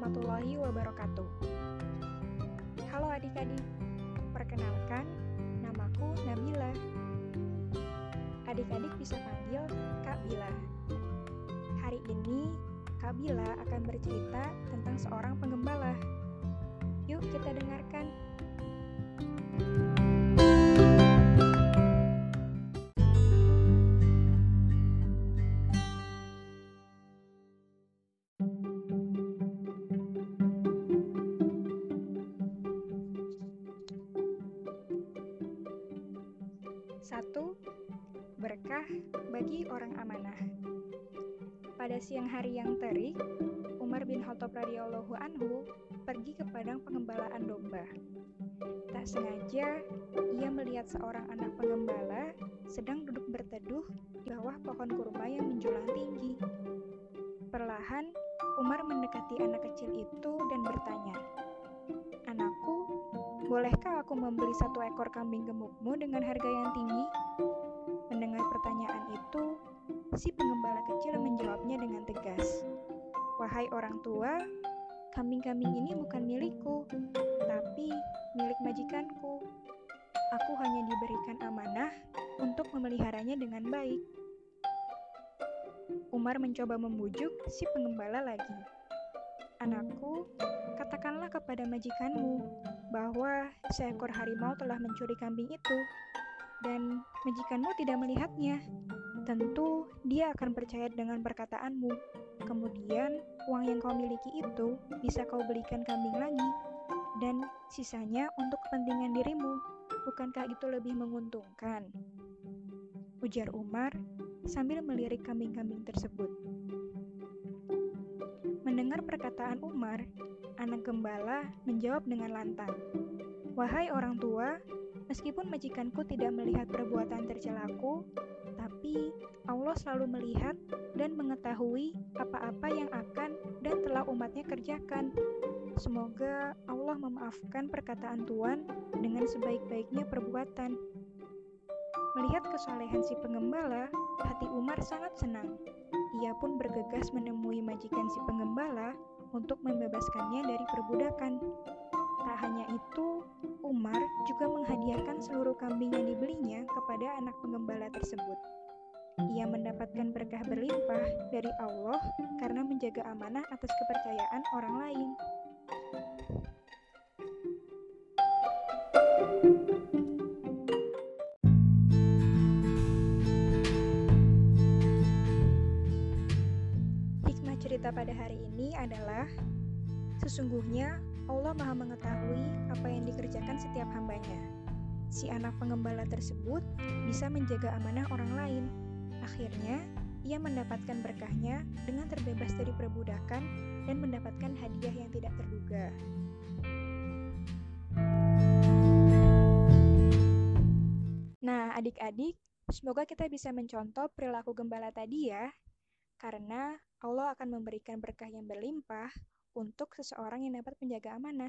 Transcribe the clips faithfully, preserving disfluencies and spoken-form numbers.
warahmatullahi wabarakatuh. Halo adik-adik, perkenalkan, namaku Nabila. Adik-adik bisa panggil Kak Bila. Hari ini, Kak Bila akan bercerita tentang seorang penggembala. Yuk kita dengarkan. Satu, berkah bagi orang amanah. Pada siang hari yang terik, Umar bin Khattab radhiyallahu anhu pergi ke padang pengembalaan domba. Tak sengaja, ia melihat seorang anak penggembala sedang duduk berteduh di bawah pohon kurma yang menjulang tinggi. Perlahan, Umar mendekati anak kecil itu dan bertanya, "Anakku, bolehkah aku membeli satu ekor kambing gemukmu dengan harga yang tinggi?" Mendengar pertanyaan itu, si penggembala kecil menjawabnya dengan tegas, "Wahai orang tua, kambing-kambing ini bukan milikku, tapi milik majikanku. Aku hanya diberikan amanah untuk memeliharanya dengan baik." Umar mencoba membujuk si penggembala lagi. "Anakku, katakanlah kepada majikanmu bahwa seekor harimau telah mencuri kambing itu, dan majikanmu tidak melihatnya. Tentu dia akan percaya dengan perkataanmu. Kemudian, uang yang kau miliki itu bisa kau belikan kambing lagi, dan sisanya untuk kepentingan dirimu. Bukankah itu lebih menguntungkan?" Ujar Umar sambil melirik kambing-kambing tersebut. Mendengar perkataan Umar, anak gembala menjawab dengan lantang, "Wahai orang tua, meskipun majikanku tidak melihat perbuatan tercelaku, tapi Allah selalu melihat dan mengetahui apa-apa yang akan dan telah umatnya kerjakan. Semoga Allah memaafkan perkataan Tuhan dengan sebaik-baiknya perbuatan." Melihat kesalehan si penggembala, hati Umar sangat senang. Ia pun bergegas menemui majikan si penggembala untuk membebaskannya dari perbudakan. Tak hanya itu, Umar juga menghadiahkan seluruh kambing yang dibelinya kepada anak penggembala tersebut. Ia mendapatkan berkah berlimpah dari Allah karena menjaga amanah atas kepercayaan orang lain. Hikmah cerita pada hari ini adalah, sesungguhnya Allah Maha mengetahui apa yang dikerjakan setiap hambanya. Si anak penggembala tersebut bisa menjaga amanah orang lain. Akhirnya, ia mendapatkan berkahnya dengan terbebas dari perbudakan dan mendapatkan hadiah yang tidak terduga. Nah, adik-adik, semoga kita bisa mencontoh perilaku gembala tadi ya, karena Allah akan memberikan berkah yang berlimpah untuk seseorang yang dapat menjaga amanah.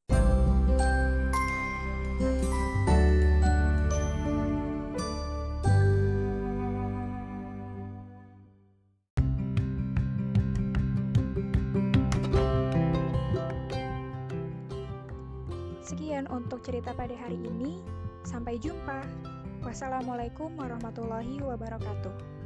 Sekian untuk cerita pada hari ini. Sampai jumpa. Wassalamualaikum warahmatullahi wabarakatuh.